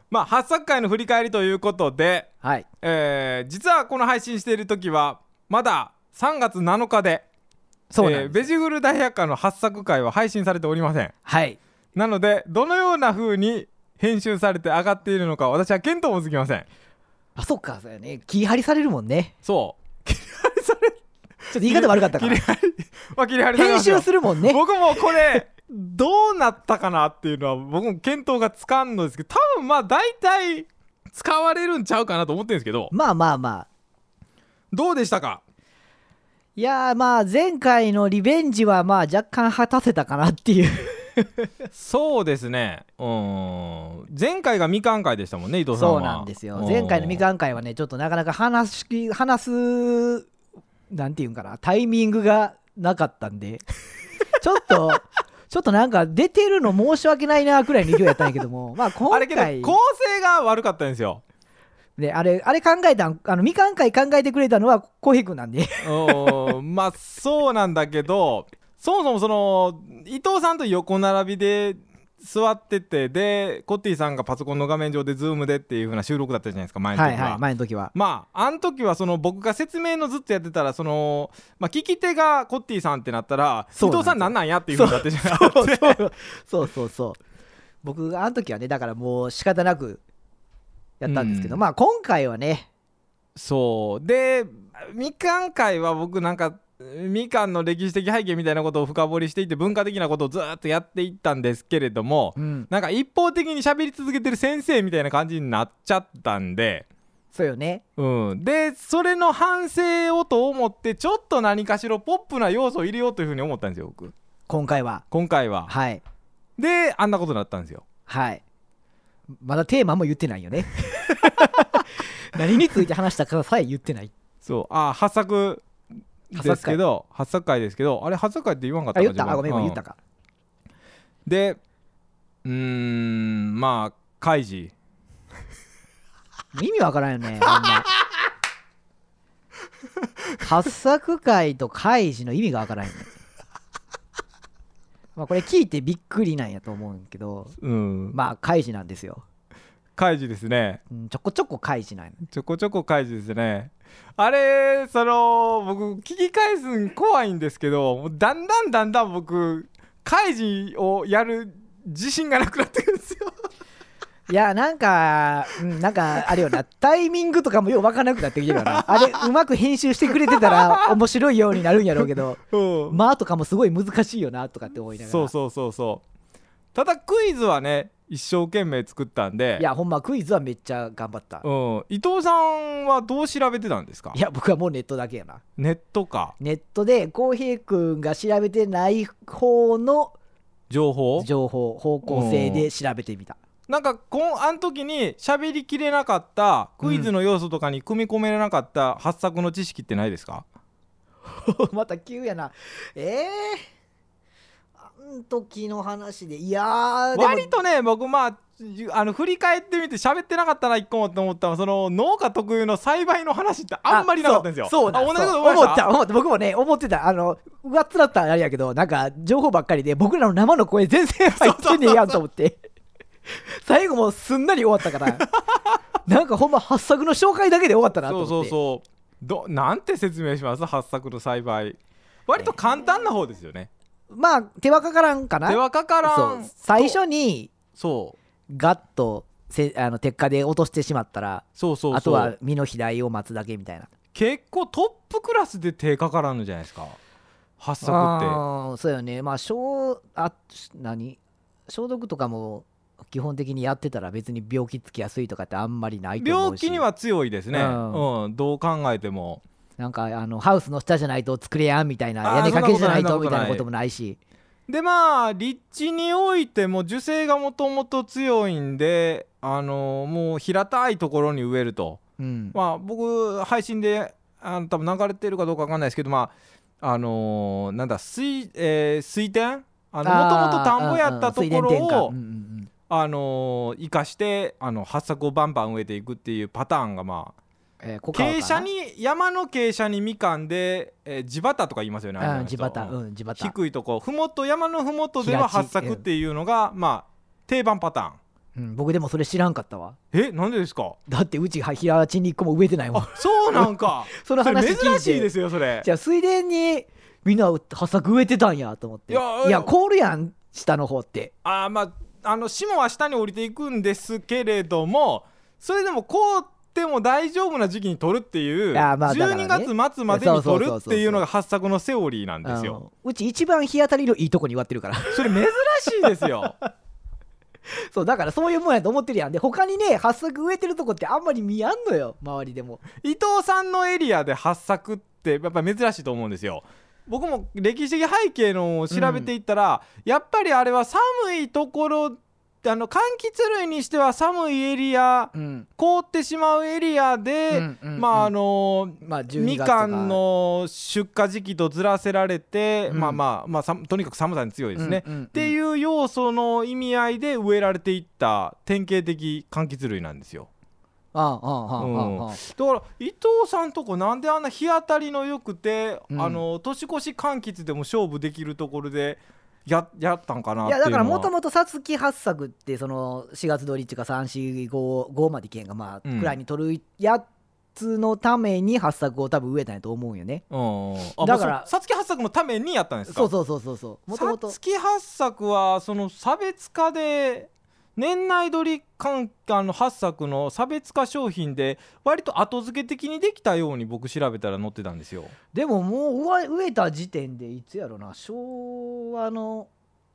まあ発作会の振り返りということで、 はい、 実はこの配信している時はまだ3月7日で、 そうなんです、 ベジグル大百科の発作会は配信されておりません。 はい、 なのでどのような風に編集されて上がっているのか私は見当もつきません。 あ、そっか、そうやね、切り張りされるもんね。 そう切り張りされちょっと言い方悪かったから切り張りされ編ますよ集するもんね。 僕もこれどうなったかなっていうのは僕も見当がつかんのですけど、多分まあ大体使われるんちゃうかなと思ってるんですけど、 まあまあまあ、 どうでしたか？ いやー、まあ前回のリベンジはまあ若干果たせたかなっていうそうですね、前回がみかん会でしたもんね、伊藤さんは。 そうなんですよ。前回のみかん会はね、ちょっとなかなか話すなんていうんかな、タイミングがなかったんでちょっとなんか出てるの申し訳ないなくらいの勢いやったんやけども、まあ今あれけど回構成が悪かったんですよ。 で、あれ考えたん、みかん会考えてくれたのはコーヒーくんなんでまあそうなんだけど、そもそもその伊藤さんと横並びで座ってて、でコッティさんがパソコンの画面上でズームでっていう風な収録だったじゃないですか、前の時は。 はいはい、前の時はまああの時はその僕が説明のずっとやってたら、そのまあ聞き手がコッティさんってなったら、伊藤さんなんなんやっていう風になってしまってそう僕があの時はね、だからもう仕方なくやったんですけど、 うんまあ今回はね、 そうで、みかん会は僕なんかみかんの歴史的背景みたいなことを深掘りしていって、文化的なことをずっとやっていったんですけれども、なんか一方的に喋り続けてる先生みたいな感じになっちゃったんで、 そうよね、 でそれの反省をと思ってちょっと何かしらポップな要素を入れようというふうに思ったんですよ、僕今回は。はいであんなことになったんですよ。 はい、まだテーマも言ってないよね何について話したかさえ言ってない。 そう、発作ですけど、発作会ですけど、あれ発作会って言わんかったか？ 言った、ごめん言ったか。 でまあ開示意味わからんよねほんま発作会と開示の意味がわからんよねまあこれ聞いてびっくりなんやと思うんけど、まあ開示なんですよ。 開示ですね、 ちょこちょこ開示なんや。 ちょこちょこ開示ですね。あれその僕聞き返すん怖いんですけど、もうだんだん僕開示をやる自信がなくなってくるんですよいやなんかあれよな、タイミングとかもよう分からなくなってきてるよなあれうまく編集してくれてたら面白いようになるんやろうけどまあとかもすごい難しいよなとかって思いながら。 そうただクイズはね一生懸命作ったんで、 いやほんまクイズはめっちゃ頑張った。 伊藤さんはどう調べてたんですか？ いや僕はもうネットだけやな。 ネットか。 ネットで浩平くんが調べてない方の情報方向性で調べてみた。 なんかあの時に喋りきれなかったクイズの要素とかに組み込めなかった発作の知識ってないですか？ また急やな。あん時の話で、いやー割とね僕振り返ってみて喋ってなかったな一個もって思ったのは、その農家特有の栽培の話ってあんまりなかったんですよ。 そう同じこと思った僕もね思ってた。上っ面だったらあれやけど、なんか情報ばっかりで僕らの生の声全然入ってねえやんと思って最後もすんなり終わったからなんかほんま発作の紹介だけで終わったなと思って。 そうなんて説明します？発作の栽培割と簡単な方ですよね。 まあ手はかからんかな。 手はかからん。 最初にそうガッと鉄火で落としてしまったら、 そうあとは身の肥大を待つだけみたいな。 結構トップクラスで手かからんのじゃないですか、発作って。 そうよね。まあ消毒とかも基本的にやってたら別に病気つきやすいとかってあんまりないと思うし。 病気には強いですね、どう考えても。 なんかハウスの下じゃないと作れやんみたいな、屋根掛けじゃないとみたいなこともないし。でまあ立地においても樹勢がもともと強いんで、もう平たいところに植えると、まあ僕配信で多分流れてるかどうか分かんないですけど、まあなんだ水田もともと田んぼやったところを生かして発作をバンバン植えていくっていうパターンがまあ山の傾斜にみかんで、地畑とか言いますよね。 地畑、 低いとこ山のふもとでは発作っていうのがまあ定番パターン僕でもそれ知らんかったわ。 なんでですか？ だってうち平地に1個も植えてないもん。 あ、そうなんかその話聞いて、 珍しいですよそれ。 じゃあ水田にみんなハサク植えてたんやと思って。いや凍るやん下の方って。 まあ霜は下に降りていくんですけれども、それでも凍っても大丈夫な時期に取るっていう、12月末までに取るっていうのがハッサクのセオリーなんですよ。 うち一番日当たりのいいとこに植わってるから。 それ珍しいですよ。 そうだからそういうもんやと思ってるやん。で他にねハッサク植えてるとこってあんまり見やんのよ周りでも。 伊藤さんのエリアでハッサクってやっぱり珍しいと思うんですよ。僕も歴史的背景のを調べていったら、やっぱりあれは寒いところ、柑橘類にしては寒いエリア、凍ってしまうエリアで、みかんの出荷時期とずらせられて、とにかく寒さに強いですね、っていう要素の意味合いで植えられていった典型的柑橘類なんですよ。だから伊藤さんとこなんであんな日当たりのよくて、年越し柑橘でも勝負できるところでやったんかなっていうのは。いやだからもともとさつき八作ってその4月通りっていうか345まで県がくらいに取るやつのために八作を多分植えたんやと思うんよね。 だからさつき八作のためにやったんですか？ そうさつき八作はその差別化で年内取り8作の差別化商品で割と後付け的にできたように僕調べたら載ってたんですよ。 でももう植えた時点でいつやろな、昭和の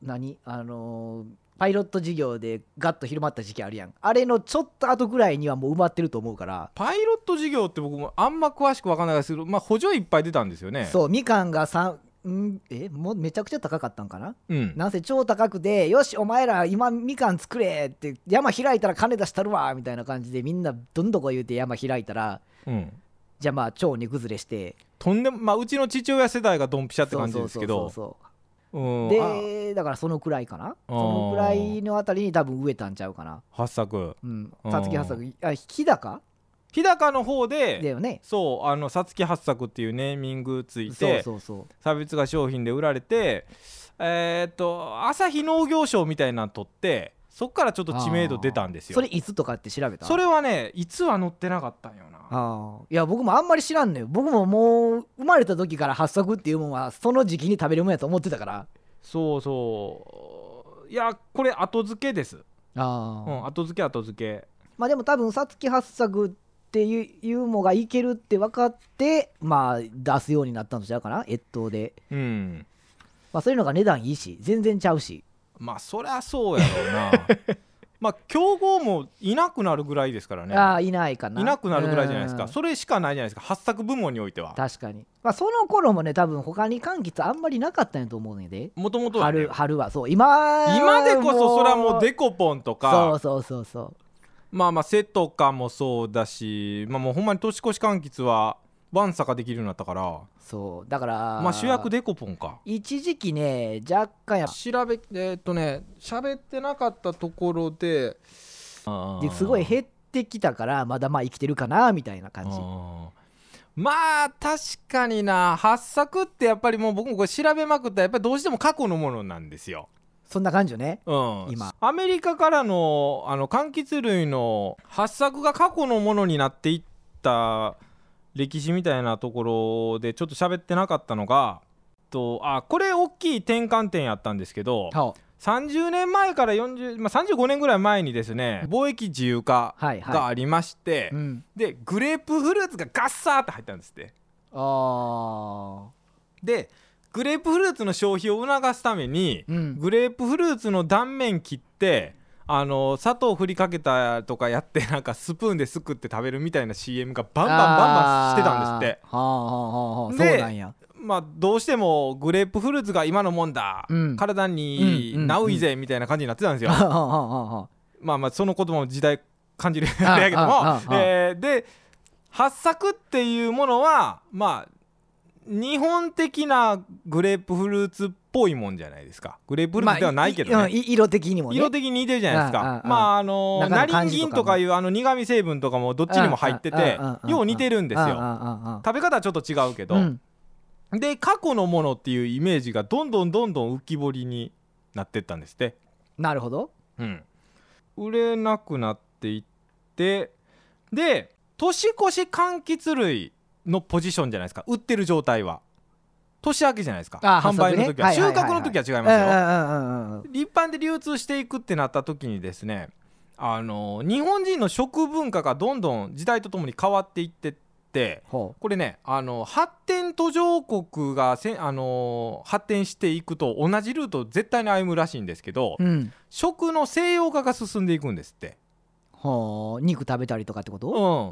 パイロット事業でガッと広まった時期あるやん。あれのちょっと後ぐらいにはもう埋まってると思うから。 パイロット事業って僕もあんま詳しく分かんないですけど、補助いっぱい出たんですよね。 そうみかんがもうめちゃくちゃ高かったんかな、なんせ超高くて、よしお前ら今みかん作れって山開いたら金出したるわみたいな感じでみんなどんどこ言うて山開いたら、じゃあ超値崩れしてうちの父親世代がドンピシャって感じですけど、 でだからそのくらいかな、そのくらいのあたりに多分植えたんちゃうかな。 八作、 さつき八作、日高の方でだよね。 そうさつき八作っていうネーミングついて差別化商品で売られて、朝日農業賞みたいなの取って、そっからちょっと知名度出たんですよ。 それいつとかって調べた？ それはねいつは載ってなかったんよな。 いや僕もあんまり知らんのよ。僕ももう生まれた時から八作っていうもんはその時期に食べるもんやと思ってたから。 いやこれ後付けです。後付け。 でも多分さつき八作っていうのがいけるって分かって出すようになったんとちゃうかな、越冬で。そういうのが値段いいし全然ちゃうし、 そりゃそうやろうな。競合もいなくなるぐらいですからね。 いないかな、 いなくなるぐらいじゃないですか。それしかないじゃないですか、八作部門においては。 確かに、その頃もね多分他に柑橘あんまりなかったんやと思うんやで。 もともとはね、 春はそう今でこそそれはもうデコポンとかそうセとかもそうだし、もうほんまに年越し柑橘はワンサができるようになったから。 そうだから主役デコポンか。 一時期ね若干喋ってなかったところですごい減ってきたから、まだ生きてるかなみたいな感じ。 確かにな、八作ってやっぱりもう僕もこれ調べまくったらやっぱりどうしても過去のものなんですよ。 そんな感じよね、今アメリカからの柑橘類の八作が過去のものになっていった歴史みたいなところでちょっと喋ってなかったのがこれ大きい転換点やったんですけど、30年前から35年ぐらい前にですね、貿易自由化がありまして、でグレープフルーツがガッサーって入ったんですって。でグレープフルーツの消費を促すために、グレープフルーツの断面切って砂糖振りかけたとかやってなんかスプーンですくって食べるみたいな CM がバンバンしてたんですって。 そうなんや。 どうしてもグレープフルーツが今のもんだ、体にナウイぜみたいな感じになってたんですよ。その言葉も時代感じるんだけども、で八作っていうものは日本的なグレープフルーツっぽいもんじゃないですか。グレープフルーツではないけどね、 色的にもね、 色的に似てるじゃないですか。ナリンギンとかいう苦味成分とかもどっちにも入っててよう似てるんですよ。食べ方はちょっと違うけど、で過去のものっていうイメージがどんどん浮き彫りになってったんですって。 なるほど。 売れなくなっていって、で年越し柑橘類のポジションじゃないですか、売ってる状態は年明けじゃないですか。販売の時は、収穫の時は違いますよ。一般で流通していくってなった時にですね、日本人の食文化がどんどん時代とともに変わっていってって、これね、発展途上国が発展していくと同じルートを絶対に歩むらしいんですけど、食の西洋化が進んでいくんですって。 肉食べたりとかってこと？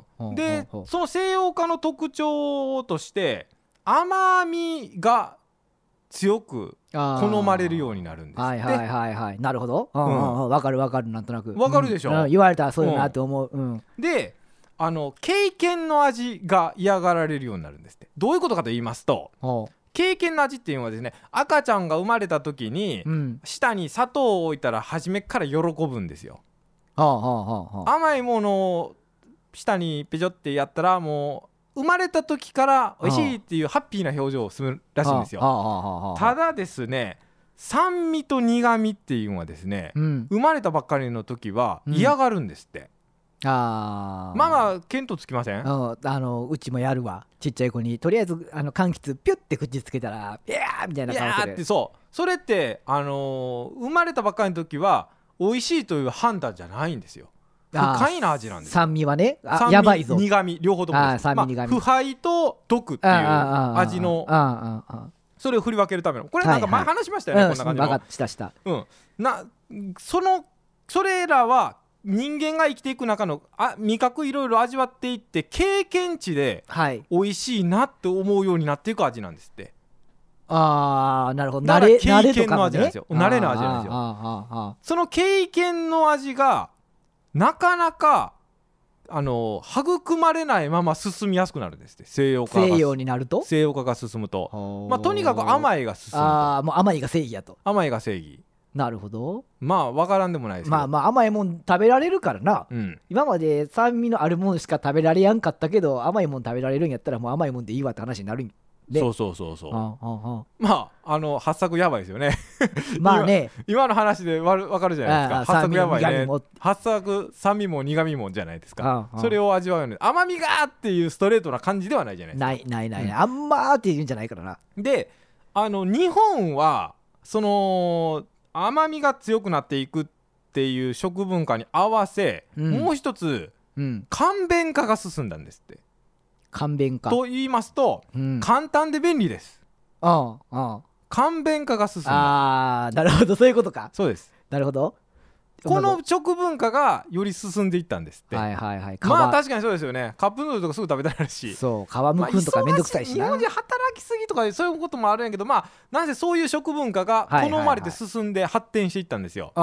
でその西洋化の特徴として甘みが強く好まれるようになるんですって。 はいはいはいはい、なるほど。わかるわかる、なんとなくわかるでしょ、 言われたらそういうなって思う。 で経験の味が嫌がられるようになるんですって。どういうことかと言いますと、経験の味っていうのはですね、赤ちゃんが生まれた時に、下に砂糖を置いたら初めから喜ぶんですよ。甘いものを下にペチョってやったら、もう生まれた時から美味しいっていうハッピーな表情をするらしいんですよ。ただですね、酸味と苦味っていうのはですね、生まれたばっかりの時は嫌がるんですって。まあ見当つきません？ うちもやるわ。ちっちゃい子にとりあえず柑橘ピュッて口つけたらいやーみたいな顔する。 それって生まれたばっかりの時は美味しいという判断じゃないんですよ。不快な味なんですよ。 酸味はね、やばいぞ。 苦味両方ともです。腐敗と毒っていう味のそれを振り分けるための、これなんか前話しましたよね、こんな感じの。それらは人間が生きていく中の味覚いろいろ味わっていって、経験値で美味しいなって思うようになっていく味なんですって。 なるほど。 慣れ経験の味なんですよ。慣れの味なんですよ。その経験の味がなかなか育まれないまま進みやすくなるんですって。西洋になると、西洋化が進むと、とにかく甘いが進むと。 もう甘いが正義やと。 甘いが正義。 なるほど。 まあ分からんでもないですけど、 甘いもん食べられるからな、今まで酸味のあるもんしか食べられやんかったけど、甘いもん食べられるんやったらもう甘いもんでいいわって話になるんで。 そうまあ発作やばいですよね。 まあね今の話で分かるじゃないですか。発作やばいね。発作酸味も苦味もじゃないですか。それを味わうように甘みがっていうストレートな感じではないじゃないですか。 ないあんまーって言うんじゃないからな。 で日本はその甘みが強くなっていくっていう食文化に合わせ、もう一つ、簡便化が進んだんですって。 簡便化と言いますと、簡単で便利です。簡便化が進んだ。 なるほど、そういうことか。 そうです。 なるほど。 この食文化がより進んでいったんですって。まあ確かにそうですよね。カップヌードルとかすぐ食べたらしい。 そう、皮むくんとかめんどくさいしな。 日本人働きすぎとかそういうこともあるんやけど、なんせそういう食文化が好まれて進んで発展していったんですよ。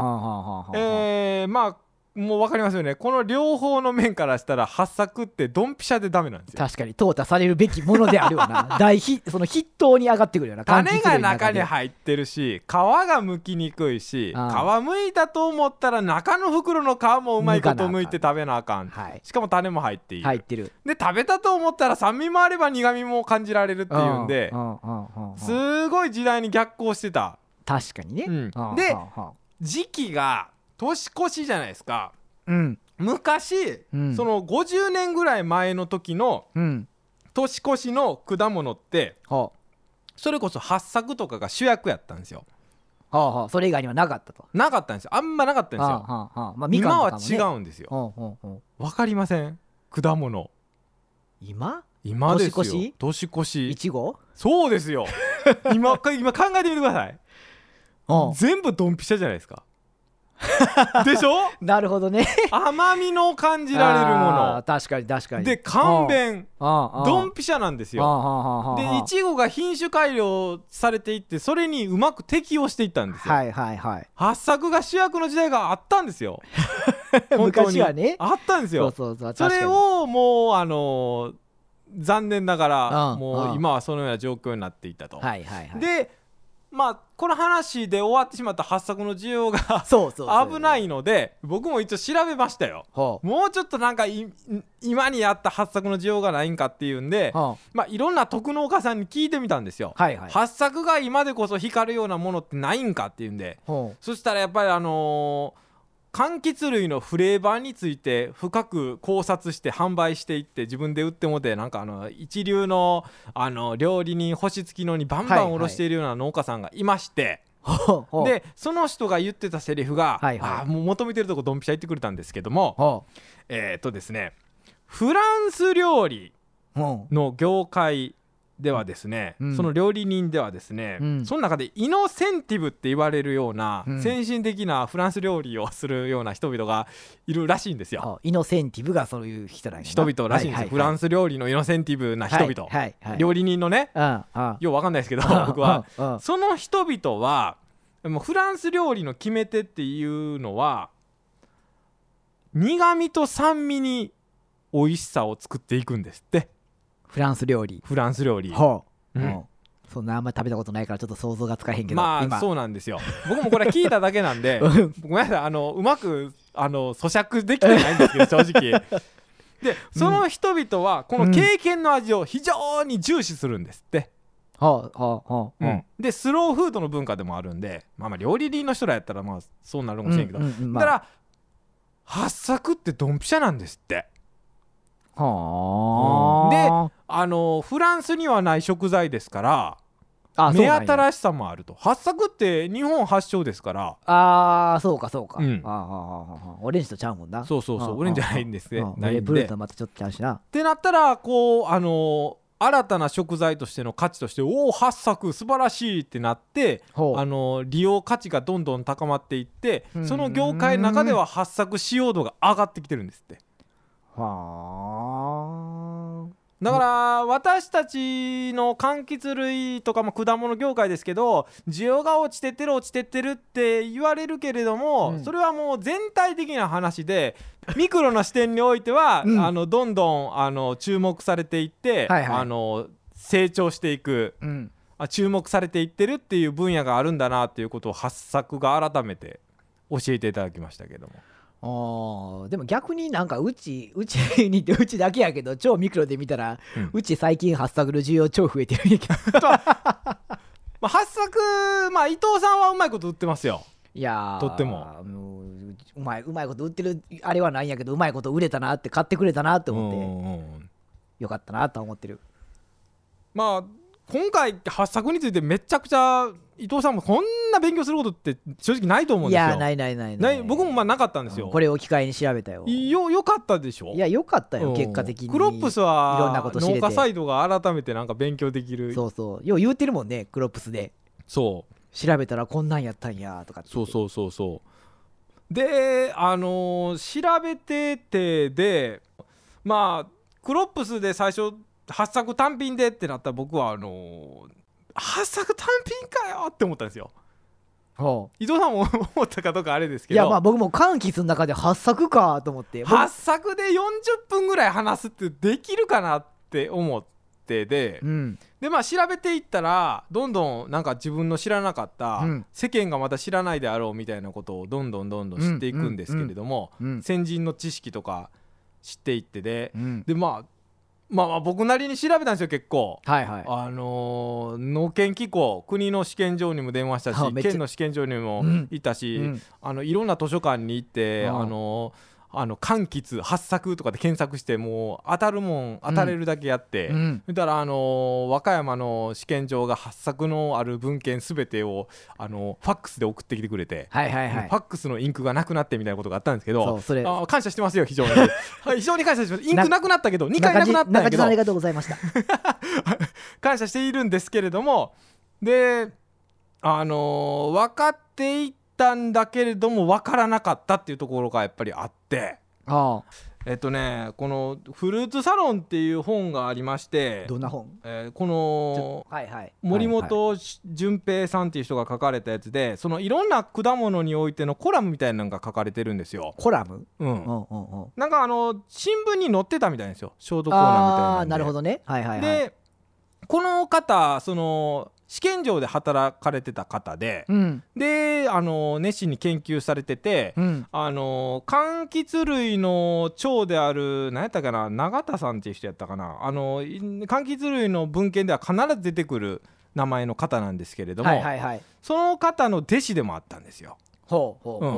もう分かりますよね。この両方の面からしたら発作ってドンピシャでダメなんですよ。 確かに淘汰されるべきものであるよな。その筆頭に上がってくるよな。 種が中に入ってるし、皮が剥きにくいし、皮剥いたと思ったら中の袋の皮もうまいこと剥いて食べなあかん。しかも種も入っている。で食べたと思ったら酸味もあれば苦味も感じられるっていうんで、すごい時代に逆行してた。 確かにね。 で時期が年越しじゃないですか。昔、その50年ぐらい前の時の年越しの果物って、それこそ八作とかが主役やったんですよ。 それ以外にはなかったと。 なかったんですよ。あんまなかったんですよ。今は違うんですよ。わかりません？果物今ですよ。年越しいちご。 そうですよ。今考えてみてください。全部ドンピシャじゃないですか。でしょ。 なるほどね。 甘みの感じられるもの。 確かにで簡便、ドンピシャなんですよ。でいちごが品種改良されていって、それにうまく適応していったんですよ。八作が主役の時代があったんですよ。 昔はねあったんですよ。それをもう残念ながらもう今はそのような状況になっていたと。でこの話で終わってしまった八作の需要が危ないので、僕も一応調べましたよ。もうちょっとなんか今にあった八作の需要がないんかっていうんで、いろんな特農家さんに聞いてみたんですよ。八作が今でこそ光るようなものってないんかっていうんで、そしたらやっぱり柑橘類のフレーバーについて深く考察して販売していって自分で売ってもて、なんか一流の料理人星付きのにバンバンおろしているような農家さんがいまして、でその人が言ってたセリフが、もう求めてるとこドンピシャ言ってくれたんですけども、ですね、フランス料理の業界ではですね、その料理人ではですね、その中でイノセンティブって言われるような、先進的なフランス料理をするような人々がいるらしいんですよ。 イノセンティブがそういう人ら人々らしいんですよ、フランス料理のイノセンティブな人々、料理人のね、ようわかんないですけど僕はその人々はもうフランス料理の決め手っていうのは苦味と酸味に美味しさを作っていくんですって。 フランス料理そんなあんまり食べたことないからちょっと想像がつかへんけど、 まあそうなんですよ。僕もこれ聞いただけなんでごめんなさい、うまく咀嚼できてないんですけど正直でその人々はこの経験の味を非常に重視するんですって。でスローフードの文化でもあるんで、まあ料理人の人らやったらまあそうなるかもしれんけど、だから八作ってドンピシャなんですって。でフランスにはない食材ですから目新しさもあると。八作って日本発祥ですから。 そうか、オレンジとちゃうもんな。 そうオレンジじゃないんですね。 グレープフルーツとまたちょっとちゃうしなってなったらこう新たな食材としての価値として八作素晴らしいってなって利用価値がどんどん高まっていって、その業界の中では八作使用度が上がってきてるんですって。だから私たちの柑橘類とかも果物業界ですけど、需要が落ちてってるって言われるけれども、それはもう全体的な話でミクロな視点においては、どんどん注目されていって、成長していく、注目されていってるっていう分野があるんだなっていうことを八作が改めて教えていただきましたけども。 でも逆になんかうちにってうちだけやけど超ミクロで見たら、うち最近八作の需要超増えてるんやけど八作伊藤さんはうまいこと売ってますよ。 いやとってもうまいこと売ってるあれはないんやけど、うまいこと売れたなって買ってくれたなって思ってよかったなとは思ってる。 今回八作についてめちゃくちゃ伊藤さんもこんな勉強することって正直ないと思うんですよ。 いやない僕もなかったんですよ。 これを機会に調べたよ。 よかったでしょ。 いやよかったよ、結果的に。 クロップスはいろんなこと知れて、 農家サイドが改めてなんか勉強できる。 そうよう言うてるもんね、クロップスで。調べたらこんなんやったんやとかって。 そうで調べててでクロップスで最初八作単品でってなったら僕は八作単品かよって思ったんですよ。伊藤さんも思ったかどうかあれですけど、 いや僕も柑橘の中で八作かと思って、 八作で40分ぐらい話すってできるかなって思ってで、調べていったらどんどんなんか自分の知らなかった、世間がまた知らないであろうみたいなことをどんどん知っていくんですけれども、先人の知識とか知っていってで、僕なりに調べたんですよ結構。農研機構国の試験場にも電話したし、県の試験場にも行ったし、いろんな図書館に行って柑橘八作とかで検索してもう当たるもん当たれるだけやって、そしたら和歌山の試験場が八作のある文献すべてをファックスで送ってきてくれて、ファックスのインクがなくなってみたいなことがあったんですけど、感謝してますよ非常に非常に感謝してます。インクなくなったけど2回なくなったんやけど、 中地さんありがとうございました感謝しているんですけれども、で分かっていったんだけれども分からなかったっていうところがやっぱりあって、このフルーツサロンっていう本がありまして。 どんな本？ この森本純平さんっていう人が書かれたやつで、そのいろんな果物においてのコラムみたいなのが書かれてるんですよ。 コラム？ なんか新聞に載ってたみたいですよ、ショートコーナーみたいな。 なるほどね。 でこの方その試験場で働かれてた方で、で熱心に研究されてて、柑橘類の長である何やったかな、永田さんっていう人やったかな、柑橘類の文献では必ず出てくる名前の方なんですけれども、その方の弟子でもあったんですよ。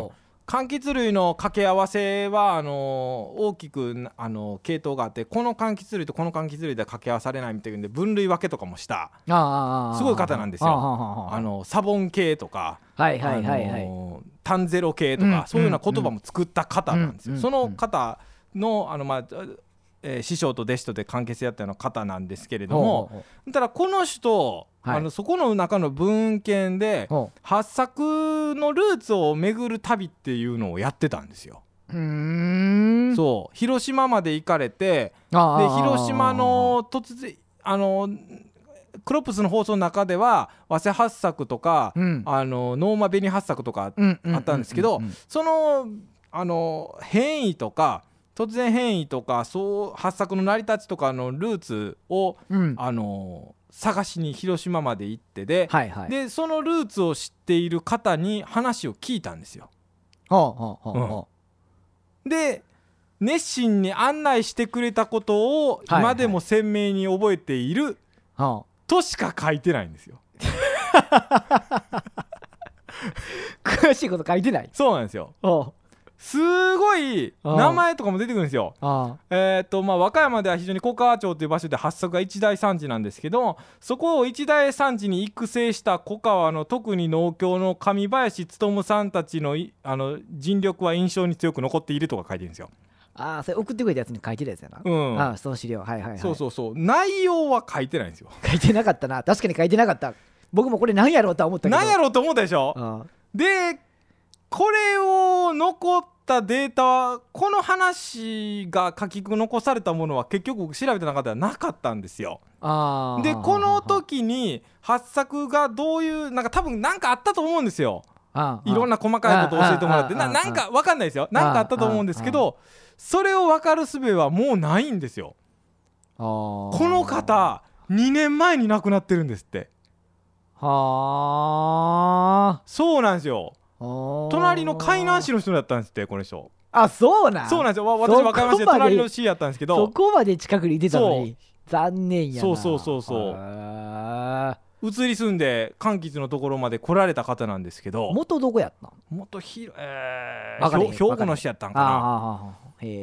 柑橘類の掛け合わせは大きく系統があって、この柑橘類とこの柑橘類では掛け合わされないみたいなで分類分けとかもしたすごい方なんですよ。サボン系とか、炭ゼロ系とか、そういうような言葉も作った方なんですよ。その方の師匠と弟子とで関係性やったような方なんですけれども、ただこの人そこの中の文献で八作のルーツを巡る旅っていうのをやってたんですよ。そう広島まで行かれて、で広島の突然クロップスの放送の中では早稲八作とか、ノーマ紅八作とかあったんですけど、その変異とか突然変異とか八作の成り立ちとかのルーツを、探しに広島まで行ってでそのルーツを知っている方に話を聞いたんですよ。で熱心に案内してくれたことを今でも鮮明に覚えているとしか書いてないんですよ。 詳しいこと書いてない。 そうなんですよ。すごい名前とかも出てくるんですよ。和歌山では非常に小川町という場所で八作が一大産地なんですけど、そこを一大産地に育成した小川の特に農協の上林勉さんたちの尽力は印象に強く残っているとか書いてるんですよ。 それ送ってくれたやつに書いてるやつやな。その資料。 そう内容は書いてないんですよ。 書いてなかったな。確かに書いてなかった。僕もこれ何やろうとは思ったけど。 何やろうと思ったでしょ。でこれを残ったデータはこの話が書き残されたものは結局調べた中ではなかったんですよ。でこの時に八作がどういう多分何かあったと思うんですよ。いろんな細かいことを教えてもらってなんか分かんないですよ。何かあったと思うんですけど、それを分かる術はもうないんですよ。この方2年前に亡くなってるんですって。そうなんですよ。隣の海南市の人だったんですってこの人。 そうなんですよ。私和歌山市で隣の市やったんですけど、 そこまで近くにいてたのに残念やな。 移り住んで柑橘のところまで来られた方なんですけど、 元どこやったん？ 元兵庫の市やったんかな。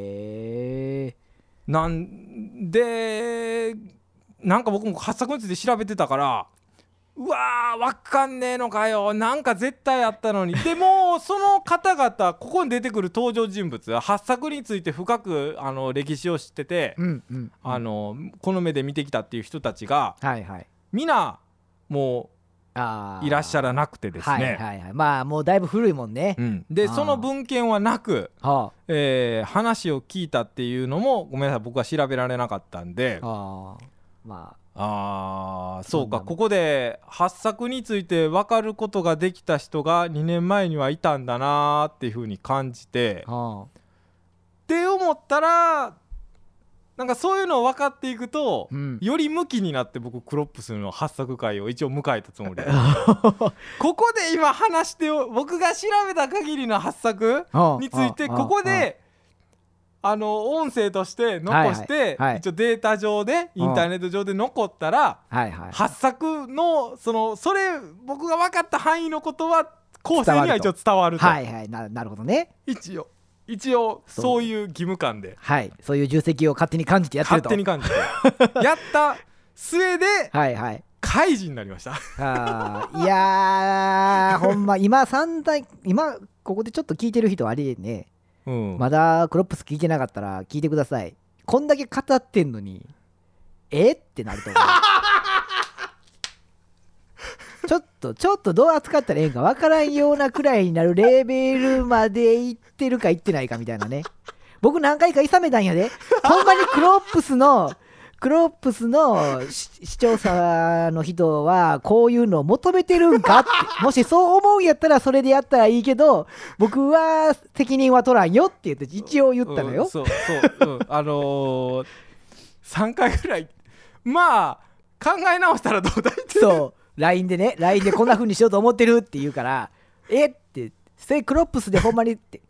なんで僕も八作について調べてたから、うわー分かんねえのかよ、絶対あったのに。でもその方々ここに出てくる登場人物は八作について深く歴史を知ってて、この目で見てきたっていう人たちが、皆もういらっしゃらなくてですね、 もうだいぶ古いもんね。 でその文献はなく、話を聞いたっていうのもごめんなさい僕は調べられなかったんで、そうか、ここで八作について分かることができた人が2年前にはいたんだなっていう風に感じて、って思ったらそういうのを分かっていくと、より向きになって僕クロップスの八作会を一応迎えたつもりでここで今話して僕が調べた限りの八作についてここで音声として残して、一応データ上でインターネット上で残ったら、八作のそれ僕が分かった範囲のことは後世には一応伝わると。 なるほどね。 一応そういう義務感で、 そういう重責を勝手に感じてやってると。 勝手に感じてやった末で開示になりました。 いやほんま今ここでちょっと聞いてる人あれね、まだクロップス聞いてなかったら聞いてください。こんだけ語ってんのにってなると思う。ちょっとどう扱ったらええんか分からんようなくらいになるレベルまでいってるかいってないかみたいなね。僕何回か諌めたんやで。ほんまにクロップスの視聴者の人はこういうのを求めてるんかって、もしそう思うんやったらそれでやったらいいけど僕は責任は取らんよって言って一応言ったのよ。 3回ぐらい考え直したらどうだいって。 LINE でこんな風にしようと思ってるって言うからってそれクロップスでほんまにって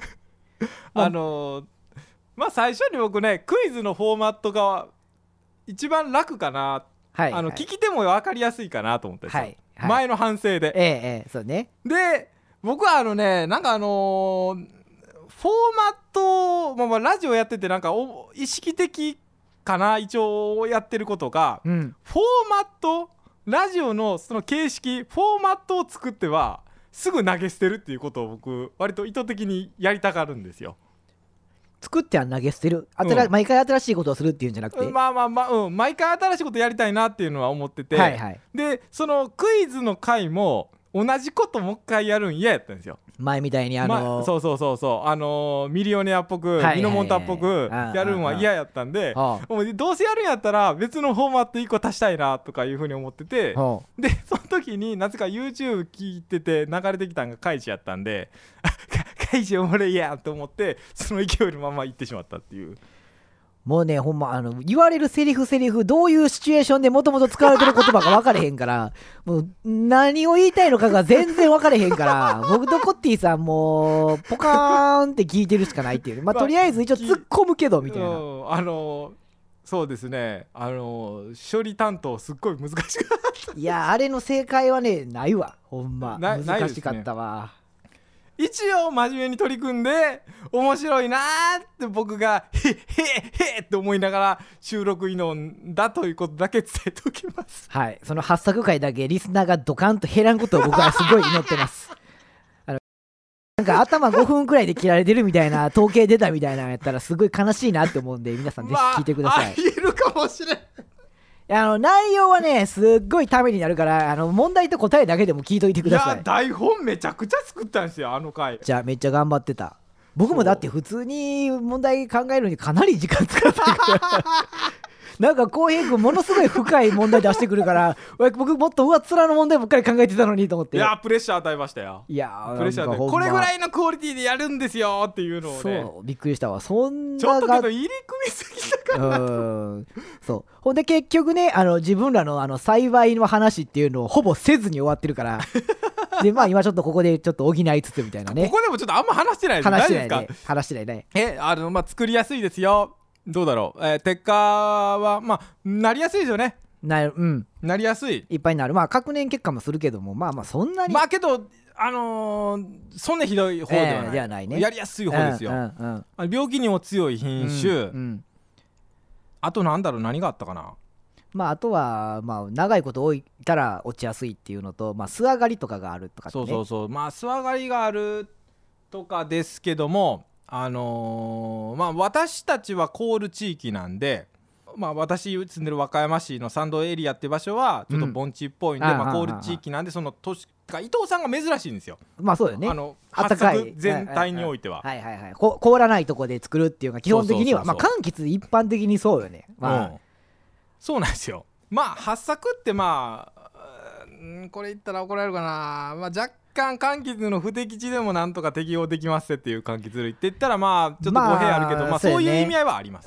最初に僕ねクイズのフォーマットが一番楽かな、聞き手も分かりやすいかなと思ったんですよ、前の反省で。 そうね。 で僕はフォーマット、まあ、ラジオやっててなんか意識的かな一応やってることが、フォーマットラジオのその形式フォーマットを作ってはすぐ投げ捨てるっていうことを僕割と意図的にやりたがるんですよ。 作っては投げ捨てる、毎回新しいことをするっていうんじゃなくて、 毎回新しいことやりたいなっていうのは思ってて、でそのクイズの回も同じこともう一回やるん嫌やったんですよ。 前みたいにそうミリオネアっぽくミノモンタっぽくやるんは嫌やったんで、もうどうせやるんやったら別のフォーマット1個足したいなとかいうふうに思ってて、でその時になぜか YouTube 聞いてて流れてきたんがカイジやったんでカイジおもろいやと思ってその勢いのまま行ってしまったっていう。 もうねほんま言われるセリフどういうシチュエーションでもともと使われてる言葉が分かれへんからもう何を言いたいのかが全然分かれへんから僕とコッティさんもポカーンって聞いてるしかないっていう、とりあえず一応突っ込むけどみたいな、 そうですね処理担当すっごい難しかったいやあれの正解はねないわほんま難しかったわ。 一応真面目に取り組んで面白いなーって僕がへって思いながら収録祈んだということだけ伝えておきます。 はい、その発作回だけリスナーがドカンと減らんことを僕はすごい祈ってますなんか頭5分くらいで切られてるみたいな統計出たみたいなのやったらすごい悲しいなって思うんで皆さんぜひ聞いてください。 言えるかもしれん内容はねすっごいためになるから問題と答えだけでも聞いといてください。 いや台本めちゃくちゃ作ったんですよ回。 じゃあめっちゃ頑張ってた。僕もだって普通に問題考えるのにかなり時間使ったからなんか浩平君ものすごい深い問題出してくるから僕もっと上っ面の問題ばっかり考えてたのにと思って。 いやプレッシャー与えましたよ。 いやプレッシャー与えこれぐらいのクオリティでやるんですよっていうのをね。 そうびっくりしたわ。そんなちょっとけど入り組みすぎたからそうほんで結局ね自分らの幸いの話っていうのをほぼせずに終わってるからで今ちょっとここでちょっと補いつつみたいなね。 ここでもちょっとあんま話してないです。 話してないね。 作りやすいですよ。どうだろう、鉄火はなりやすいですよね。なりやすい。 いっぱいになる。確年結果もするけどもそんなにけどそんなひどい方ではない、やりやすい方ですよ、病気にも強い品種、あとなんだろう何があったかな。 あとは長いこと置いたら落ちやすいっていうのと巣上がりとかがあるとかってね。 そう巣上がりがあるとかですけども私たちはコール地域なんで、私住んでる和歌山市の山道エリアっていう場所はちょっと盆地っぽいんで、コール地域なんでその都市伊藤さんが珍しいんですよ。 そうだよね。 発作全体においては凍らないとこで作るっていうのが基本的には柑橘一般的にそうよね。 そうなんですよ。発作ってこれ言ったら怒られるかな、若干柑橘の不適地でもなんとか適用できますっていう柑橘類って言ったらちょっと語弊あるけど、そういう意味合いはあります。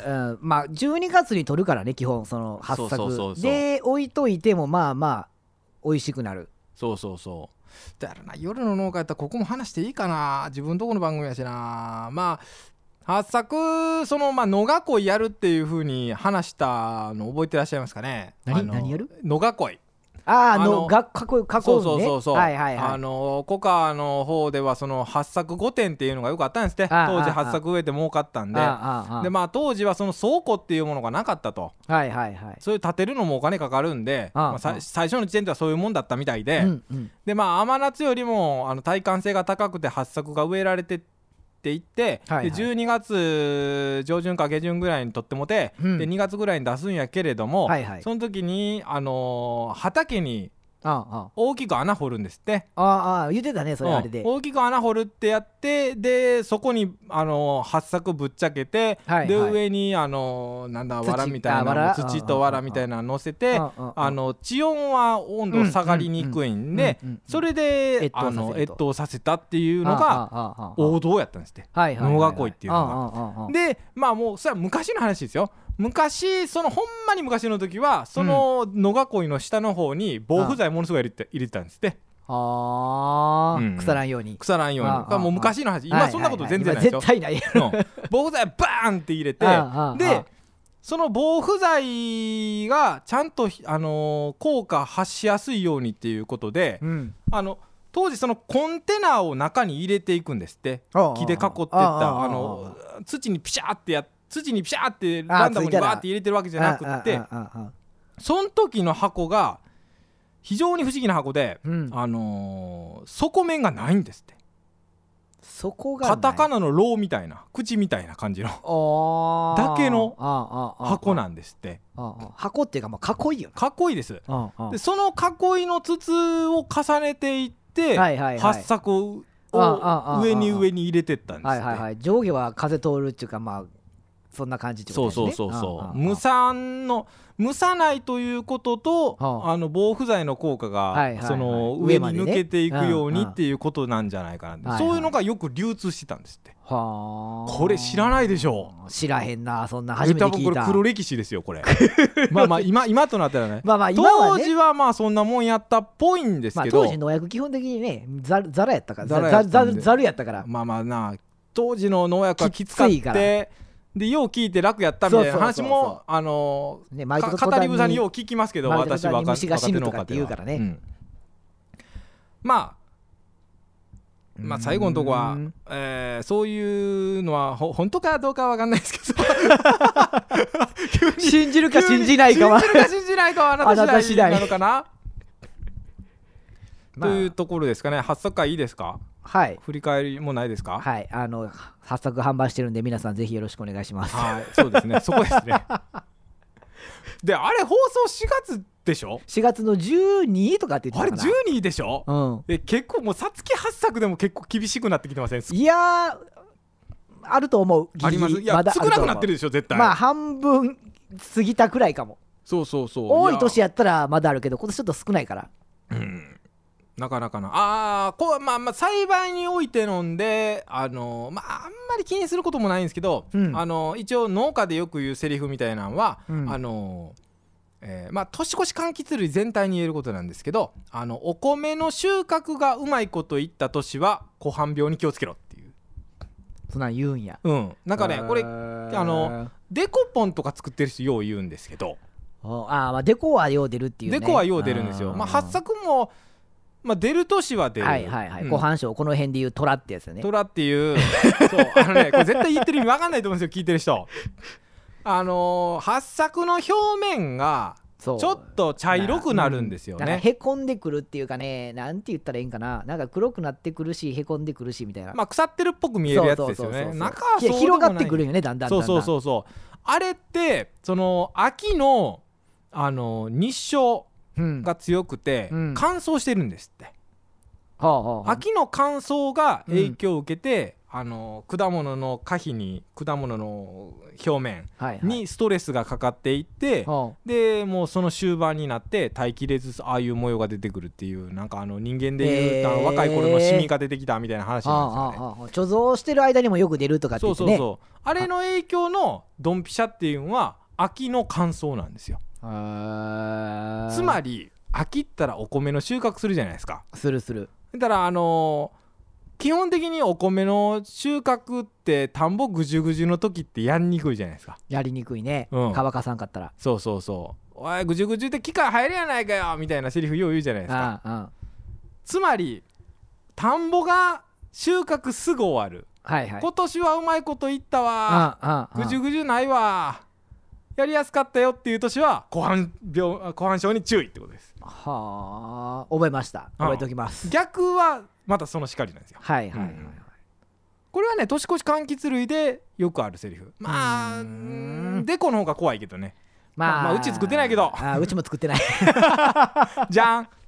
12月に取るからね基本その発作で置いといても美味しくなる。そうだからな夜の農家やったらここも話していいかな。自分とこの番組やしな。 発作野囲やるっていう風に話したの覚えてらっしゃいますかね。 何やる？ 野囲。 囲うね。 そう古川の方ではその発作5点っていうのがよくあったんですって。当時発作植えて儲かったんで、当時はその倉庫っていうものがなかったと。そういう建てるのもお金かかるんで、最初の時点ではそういうもんだったみたいで、で甘夏よりも耐寒性が高くて発作が植えられてっていって、で12月上旬か下旬ぐらいにとってもて、で2月ぐらいに出すんやけれども、その時に畑に大きく穴掘るんですって。 言ってたねそれ。あれで大きく穴掘るってやって、でそこに発作ぶっちゃけて、で上に藁みたいな土と藁みたいなの乗せて、地温は温度下がりにくいんで、それで越冬させたっていうのが王道やったんですって、野囲っていうのが。でもうそれは昔の話ですよ。昔ほんまに昔の時はその野囲の下の方に防腐剤ものすごい入れてたんですって。 腐らんようにもう昔の話。今そんなこと全然ないですよ。 絶対ない防腐剤バーンって入れて、でその防腐剤がちゃんと効果発しやすいようにっていうことで、 当時そのコンテナを中に入れていくんですって。木で囲ってった土にピシャーってランダムにバーって入れてるわけじゃなくって、その時の箱が非常に不思議な箱で、底面がないんですって。 底がない、 カタカナのローみたいな口みたいな感じのだけの箱なんですって。 箱っていうかまあ囲いよね。 囲いです。でその囲いの筒を重ねていって、八作を上に入れてったんですって。 上下は風通るっていうか、まあそんな感じってことですね。 そう蒸さないということと、防腐剤の効果がその上に抜けていくようにっていうことなんじゃないかな。そういうのがよく流通してたんですって。これ知らないでしょ。 知らへんな、そんな初めて聞いた。 多分これ黒歴史ですよこれ。まあ今となったらね。当時はまあそんなもんやったっぽいんですけど、 当時農薬基本的にねザルやったからザルやったから、 まあな、当時の農薬はきつかってでよう聞いて楽やったみたいな話も語り草によう聞きますけど、私は虫が死ぬとかって言うからね。 まあ最後のとこはそういうのは本当かどうかは分かんないですけど信じるか信じないかはあなた次第なのかなというところですかね。8作会いいですか。 はい、 振り返りもないですか。 はい、8作販売してるんで皆さんぜひよろしくお願いします。 はい、そうですね。そこですね。であれ放送4月でしょ。 4月の12とかって言ってたかな。 あれ12でしょ。結構もうさつき8作でも結構厳しくなってきてません。 いやあると思う。 あります。いや少なくなってるでしょ絶対。 まあ半分過ぎたくらいかも。 そう多い年やったらまだあるけど今年ちょっと少ないから。 なかなかな。まあ栽培においてのんであんまり気にすることもないんですけど、一応農家でよく言うセリフみたいなのは、年越し柑橘類全体に言えることなんですけど、お米の収穫がうまいこといった年は湖畔病に気をつけろっていう。 そんなん言うんや。 なんかねこれデコポンとか作ってる人よう言うんですけど、 デコはよう出るっていうね。 デコはよう出るんですよ。8作も出る年は出る。 湖畔賞この辺でいう虎ってやつよね。 虎っていうそうこれ絶対言ってる意味分かんないと思うんですよ聞いてる人。8作の表面がちょっと茶色くなるんですよね。 へこんでくるっていうかね、なんて言ったらいいんかな、なんか黒くなってくるしへこんでくるしみたいな、 腐ってるっぽく見えるやつですよね。中はそうでもない。 広がってくるよねだんだん。 そうあれってその秋の日照が強くて乾燥してるんですって。秋の乾燥が影響を受けて、果物の果皮に果物の表面にストレスがかかっていって、でもうその終盤になって耐えきれずああいう模様が出てくるっていう、なんか人間でいう若い頃のシミが出てきたみたいな話なんですよね。 貯蔵してる間にもよく出るとかって言ってね。 そうあれの影響のドンピシャっていうのは秋の乾燥なんですよ。つまり秋ったらお米の収穫するじゃないですか。 するだから基本的にお米の収穫って田んぼぐじゅぐじゅの時ってやりにくいじゃないですか。 やりにくいね、乾かさんかったら。 そうおいぐじゅぐじゅって機械入るやないかよみたいなセリフよう言うじゃないですか。つまり田んぼが収穫すぐ終わる、今年はうまいこといったわ、ぐじゅぐじゅないわ、やりやすかったよっていう年は湖畔症に注意ってことです。 覚えました。覚えておきます。 逆はまたその叱りなんですよ。これはね年越し柑橘類でよくあるセリフ。デコの方が怖いけどね。うち作ってないけど。 うちも作ってない。 じゃん。